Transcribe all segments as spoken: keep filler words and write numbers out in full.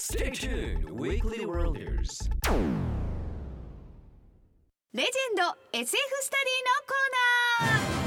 Stay tuned, Weekly Worlders. レジェンド エスエフ スタディのコーナー。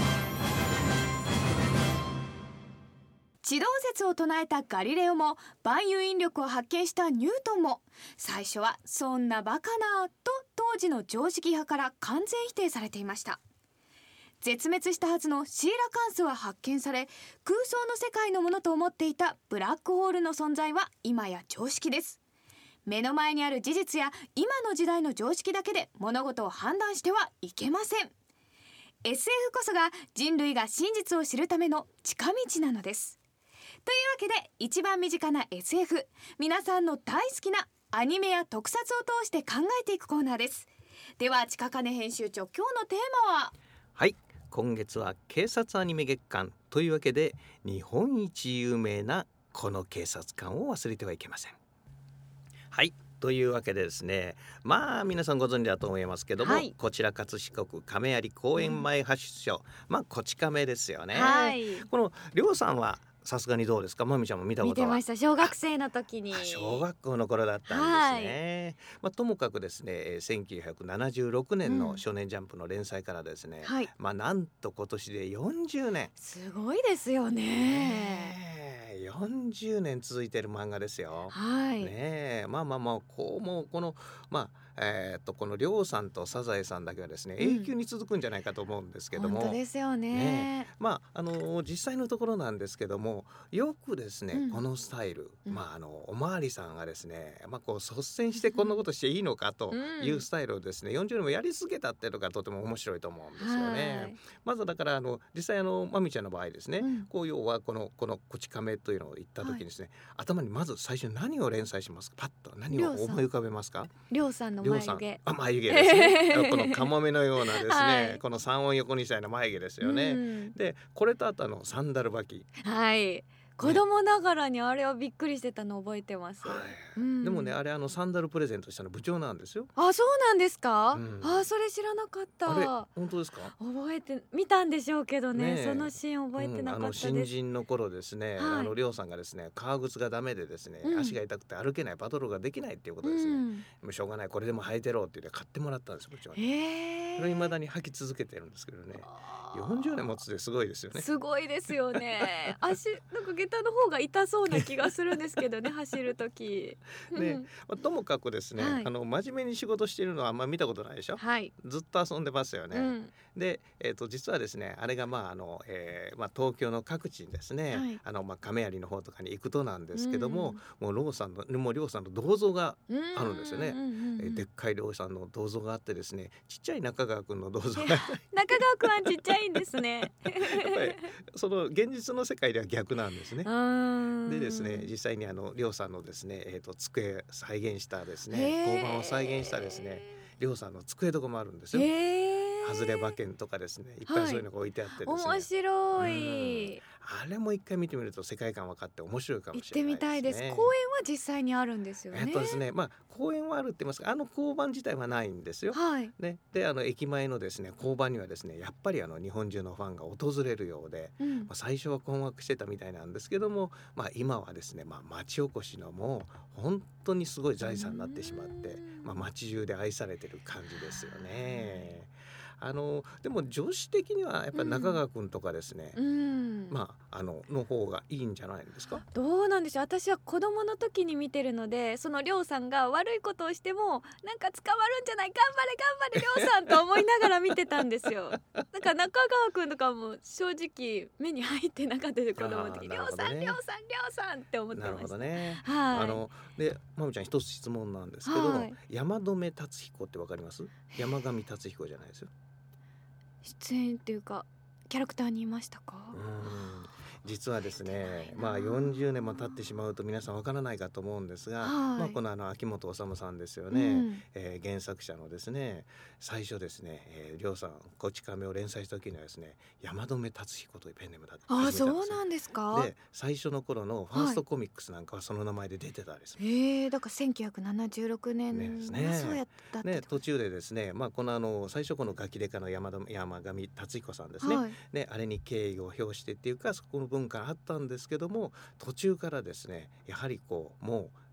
地動説を唱えたガリレオも万有引力を発見したニュートンも最初はそんなバカなと当時の常識派から完全否定されていました。絶滅したはずのシーラカンスは発見され、空想の世界のものと思っていたブラックホールの存在は今や常識です。目の前にある事実や今の時代の常識だけで物事を判断してはいけません。 エスエフ こそが人類が真実を知るための近道なのです。というわけで一番身近な エスエフ、 皆さんの大好きなアニメや特撮を通して考えていくコーナーです。では近金編集長、今日のテーマは？ はい、今月は警察アニメ月間というわけで、日本一有名なこの警察官を忘れてはいけません。はい、というわけでですね、まあ皆さんご存知だと思いますけども、はい、こちら葛飾区亀有公園前派出所、うん、まあこち亀ですよね、はい、このりょうさんはさすがにどうですか？まみちゃんも見たことは？ 見てました、小学生の時に。 小学校の頃だったんですね、はい。まあ、ともかくですね、せんきゅうひゃくななじゅうろくねんの少年ジャンプの連載からですね、うん、まあなんと今年でよんじゅうねん。 すごいですよね。 ねえ、よんじゅうねん続いてる漫画ですよ、はい。ねえ、まあまあまあこうもうこのまあえー、っとこのりょうさんとサザエさんだけはですね、うん、永久に続くんじゃないかと思うんですけども、 本当ですよ ね, ね。まああの実際のところなんですけども、よくですね、うん、このスタイル、うん、まああのおまわりさんがですね、まあこう率先してこんなことしていいのかというスタイルをですね、よんじゅうねんもやり続けたっていうのがとても面白いと思うんですよね、はい。まずだからあの実際あのまみちゃんの場合ですね、うん、こう要はこのこのこち亀というのを言った時にですね、はい、頭にまず最初に何を連載しますか？パッと何を思い浮かべますか？ りょうさんの眉毛。 あ、眉毛ですねこのカモメのようなですね、はい、この三音横にしたような眉毛ですよね、うん、でこれとあとあのサンダル履き、 はい、子供ながらにあれはびっくりしてたの覚えてます、はい。 うん、でもね、あれあのサンダルプレゼントしたの部長なんですよ。 あ、そうなんですか、うん、あ、それ知らなかった。 あれ本当ですか？ 覚えて見たんでしょうけど ね, ねそのシーン覚えてなかったです、 うん、あの新人の頃ですね、はい、あのりょうさんがですね革靴がダメでですね、うん、足が痛くて歩けない、パトロールができないっていうことですね、うん、もうしょうがない、これでも履いてろって言って買ってもらったんです部長に。へー、それ未だに履き続けてるんですけどね、よんじゅうねん持つってすごいですよね。 すごいですよね足なんか下駄の方が痛そうな気がするんですけどね走る時ね、まあ、ともかくですね、はい、あの真面目に仕事しているのはあんま見たことないでしょ、はい、ずっと遊んでますよね、うん、で、えー、と実はですねあれがまああの、えーまあ、東京の各地にですね、はい、あのまあ亀有の方とかに行くとなんですけども、うん、もうローさんのもうりょうさんの銅像があるんですよね、うんうんうんうん、でっかいりょうさんの銅像があってですね、ちっちゃい中川くんの銅像が中川くんはちっちゃいんですねやっぱりその現実の世界では逆なんですね。でですね、実際にあのりょうさんのですね、えー、と机再現したですね、交番を再現したですね、りょうさんの机とかもあるんですよ。外れ馬券とかですね、いっぱいそういうのが置いてあってですね、はい、 面白い。 あれも一回見てみると世界観分かって面白いかもしれないですね。 行ってみたいです。公園は実際にあるんですよね。 えっとですね、まあ公園はあるって言いますか、あの交番自体はないんですよ、はい、ね、であの駅前のですね交番にはですねやっぱりあの日本中のファンが訪れるようで、うん、まあ、最初は困惑してたみたいなんですけども、まあ、今はですね、まあ、町おこしのもう本当にすごい財産になってしまって、まあ、町中で愛されてる感じですよね。あのでも女子的にはやっぱり中川くんとかですね、うん、まあ、あのの方がいいんじゃないですか。 どうなんでしょう。私は子供の時に見てるので、そのりょうさんが悪いことをしてもなんか捕まるんじゃない、頑張れ頑張れりょうさんと思いながら見てたんですよなんか中川くんとかも正直目に入ってなかったで、子供の時、りょうさんりょうさんりょうさんって思ってました。なるほどね、はい、 あのでまみちゃん一つ質問なんですけど、はい、山留達彦ってわかります？山上達彦じゃないですよ。 出演っていうかキャラクターにいましたか？ うん、実はですね、まあよんじゅうねんも経ってしまうと皆さんわからないかと思うんですが、はい、まあ、このあの秋元治さんですよね、うん、えー、原作者のですね、最初ですね、えー、りょうさんこち亀を連載した時にはですね、山留達彦というペンネームだったんですよ。 あ、そうなんですか。 で最初の頃のファーストコミックスなんかはその名前で出てたりする、 はい、えー、だからせんきゅうひゃくななじゅうろくねんですね。そうやったって、 ね、途中でですね、まあ、このあの最初このガキレカの山山上達彦さんですね、はい、ね、あれに敬意を表してっていうかそこの文化あったんですけども、途中からですねやはりこうもう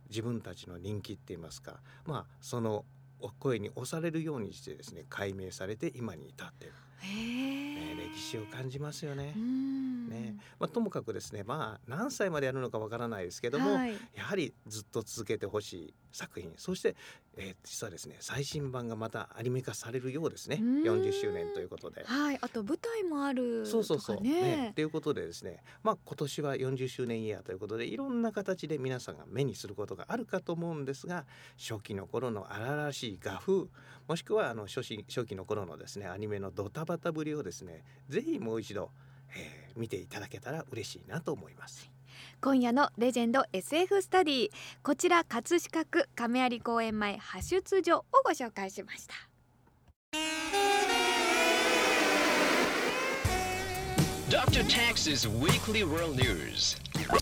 自分たちの人気って言いますか、まあその声に押されるようにしてですね解明されて今に至っている。 へー、 ね、歴史を感じますよね。 うんね、まあ、ともかくですね、まあ何歳までやるのかわからないですけども、 はい、 やはりずっと続けてほしい作品、そして、えー、実はですね最新版がまたアニメ化されるようですね。よんじゅっしゅうねんということで、 はい、あと舞台もあるとかね。 そうそうそうねということでですね、まあ、今年はよんじゅっしゅうねんイヤーということでいろんな形で皆さんが目にすることがあるかと思うんですが、初期の頃の荒々しい画風、もしくはあの 初, 期初期の頃のですねアニメのドタバタぶりをですねぜひもう一度、えー、見ていただけたら嬉しいなと思います。 今夜のレジェンド エスエフ スタディ、こちら葛飾区亀有公園前派出所をご紹介しました。 ドクター Tax's Weekly World News。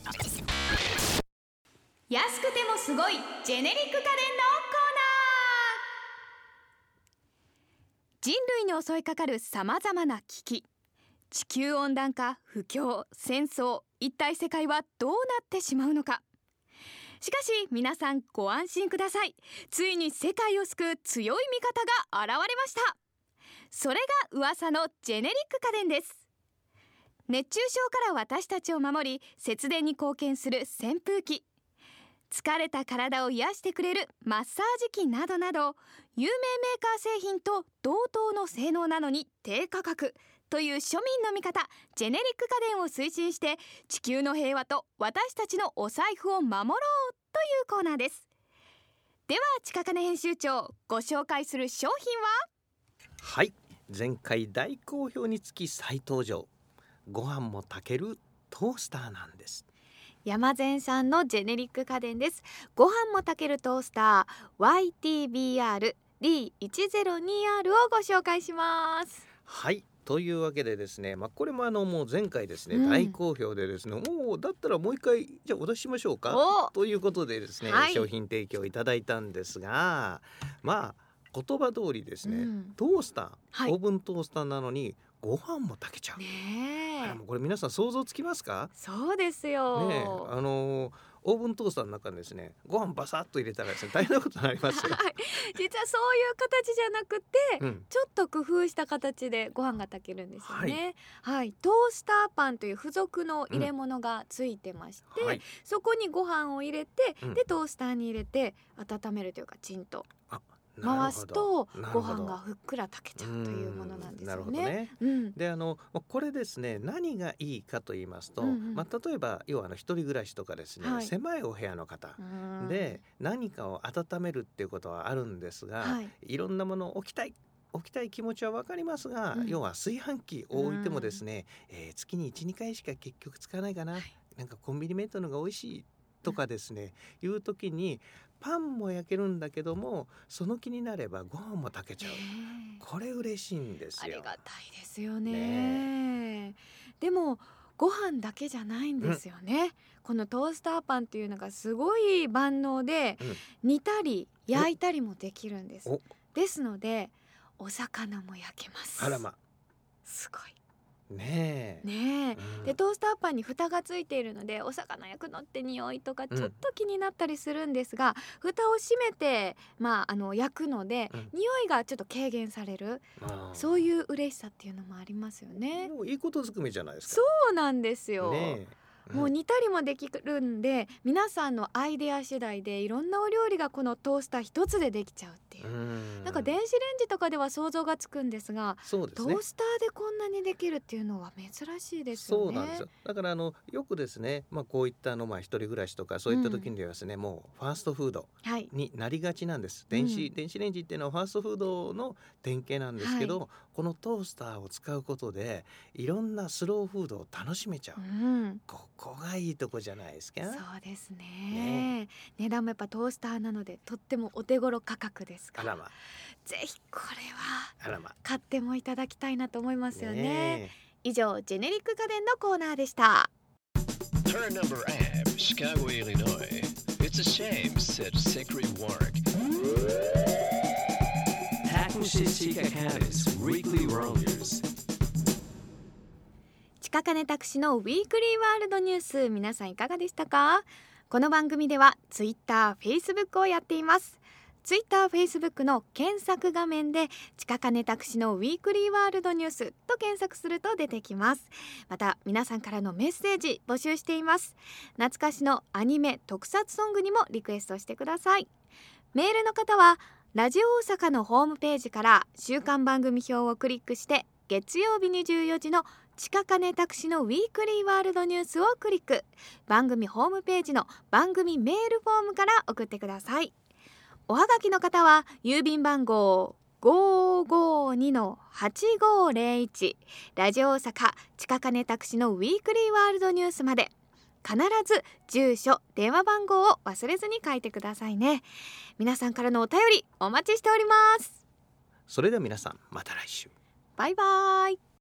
安くてもすごいジェネリック家電のコーナー。人類に襲いかかるさまざまな危機、地球温暖化、不況、戦争、一体世界はどうなってしまうのか。しかし皆さんご安心ください。ついに世界を救う強い味方が現れました。それが噂のジェネリック家電です。熱中症から私たちを守り節電に貢献する扇風機、疲れた体を癒してくれるマッサージ機などなど、有名メーカー製品と同等の性能なのに低価格という庶民の味方ジェネリック家電を推進して、地球の平和と私たちのお財布を守ろうというコーナーです。では近金編集長、ご紹介する商品は？ はい、前回大好評につき再登場、ご飯も炊けるトースターなんです。 山善さんのジェネリック家電です。ご飯も炊けるトースター ワイティービーアールディーいちゼロにアール をご紹介します。 はい、というわけでですね、まあ、これもあのもう前回ですね、 うん、 大好評でですね、もうだったらもう一回じゃあお出ししましょうかということでですね、はい、商品提供いただいたんですが、まあ言葉通りですね、うん、トースター、はい、オーブントースターなのにご飯も炊けちゃう、ね、あもうこれ皆さん想像つきますか？ そうですよ、 ね、あのー、オーブントースターの中にですねご飯バサッと入れたらですね大変なことになりますよ、はい、 実はそういう形じゃなくて、うん、ちょっと工夫した形でご飯が炊けるんですよね、はいはい、トースターパンという付属の入れ物がついてまして、うんはい、そこにご飯を入れて、うん、でトースターに入れて温めるというかチンと回すとご飯がふっくら炊けちゃうというものなんですよね。なるほどね、うん、 であのこれですね何がいいかと言いますと、うんうんまあ、例えば要はあの一人暮らしとかですね、はい、狭いお部屋の方で何かを温めるっていうことはあるんですが、はい、いろんなものを置きたい置きたい気持ちは分かりますが、うん、要は炊飯器を置いてもですね、うんえー、月に いち,に 回しか結局使わないかな、はい、なんかコンビニメイトのが美味しいとかですね、うん、いう時にパンも焼けるんだけどもその気になればご飯も炊けちゃう、これ嬉しいんですよ。 ありがたいですよ ね, ねでもご飯だけじゃないんですよね、うん、このトースターパンっていうのがすごい万能で、うん、煮たり焼いたりもできるんです。ですのでお魚も焼けます。 あらま、 すごいねえねえ、うん、でトースターパンに蓋がついているのでお魚焼くのって匂いとかちょっと気になったりするんですが、うん、蓋を閉めて、まあ、あの焼くので、うん、匂いがちょっと軽減される、そういう嬉しさっていうのもありますよね。 もういいことずくめじゃないですか。 そうなんですよ、 ねえ、 もう煮たりもできるんで、皆さんのアイデア次第でいろんなお料理がこのトースター一つでできちゃうっていう、うんなんか電子レンジとかでは想像がつくんですが、 そうですね、 トースターでこんなにできるっていうのは珍しいですよね。 そうなんですよ。だからあのよくですね、まあ、こういったあのまあ一人暮らしとかそういった時にはですね、うん、もうファーストフードになりがちなんです、はい、電子、うん、電子レンジっていうのはファーストフードの典型なんですけど、はい、このトースターを使うことでいろんなスローフードを楽しめちゃう、うん、ここがいいとこじゃないですか。 そうです ね, ね値段もやっぱトースターなのでとってもお手頃価格ですから、 あらま、 ぜひこれあらまは買ってもいただきたいなと思いますよ ね, ね以上ジェネリック家電のコーナーでした。 Turn number app, Chicago, Illinois. It's a shame, said Secret Work. Takushi Chikakane's Weekly World News. 近金拓司のウィークリーワールドニュース、皆さんいかがでしたか？ この番組ではツイッター、フェイスブックをやっています。ツイッター、フェイスブックの検索画面でちかかねたくしのウィークリーワールドニュースと検索すると出てきます。また皆さんからのメッセージ募集しています。懐かしのアニメ特撮ソングにもリクエストしてください。メールの方はラジオ大阪のホームページから週間番組表をクリックして月曜日にじゅうよじのちかかねたくしのウィークリーワールドニュースをクリック。番組ホームページの番組メールフォームから送ってください。おはがきの方は郵便番号 ごーごーにのはちごーぜろいち ラジオ大阪ちかかねたくしのウィークリーワールドニュースまで。必ず住所、電話番号を忘れずに書いてくださいね。皆さんからのお便りお待ちしております。 それでは皆さん、また来週。 バイバイ。